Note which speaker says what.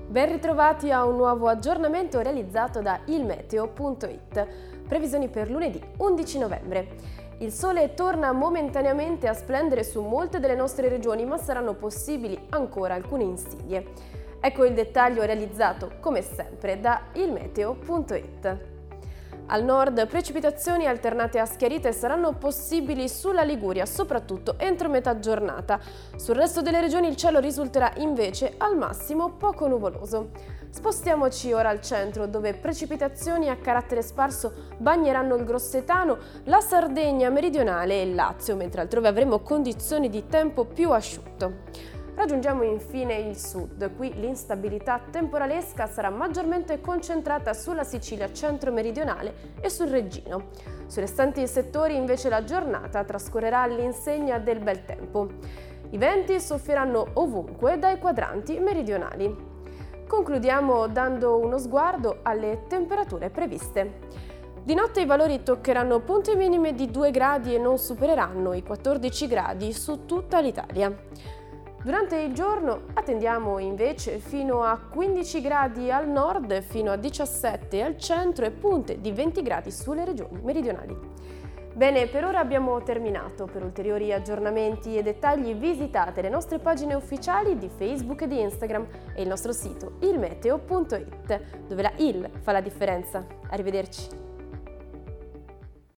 Speaker 1: Ben ritrovati a un nuovo aggiornamento realizzato da ilmeteo.it. Previsioni per lunedì 11 novembre. Il sole torna momentaneamente a splendere su molte delle nostre regioni, ma saranno possibili ancora alcune insidie. Ecco il dettaglio realizzato, come sempre, da ilmeteo.it. Al nord precipitazioni alternate a schiarite saranno possibili sulla Liguria, soprattutto entro metà giornata. Sul resto delle regioni il cielo risulterà invece al massimo poco nuvoloso. Spostiamoci ora al centro, dove precipitazioni a carattere sparso bagneranno il Grossetano, la Sardegna meridionale e il Lazio, mentre altrove avremo condizioni di tempo più asciutto. Raggiungiamo infine il sud. Qui l'instabilità temporalesca sarà maggiormente concentrata sulla Sicilia centro-meridionale e sul Reggino. Sui restanti settori invece la giornata trascorrerà all'insegna del bel tempo. I venti soffieranno ovunque dai quadranti meridionali. Concludiamo dando uno sguardo alle temperature previste. Di notte i valori toccheranno punte minime di 2 gradi e non supereranno i 14 gradi su tutta l'Italia. Durante il giorno attendiamo invece fino a 15 gradi al nord, fino a 17 al centro e punte di 20 gradi sulle regioni meridionali. Bene, per ora abbiamo terminato. Per ulteriori aggiornamenti e dettagli visitate le nostre pagine ufficiali di Facebook e di Instagram e il nostro sito ilmeteo.it, dove la IL fa la differenza. Arrivederci.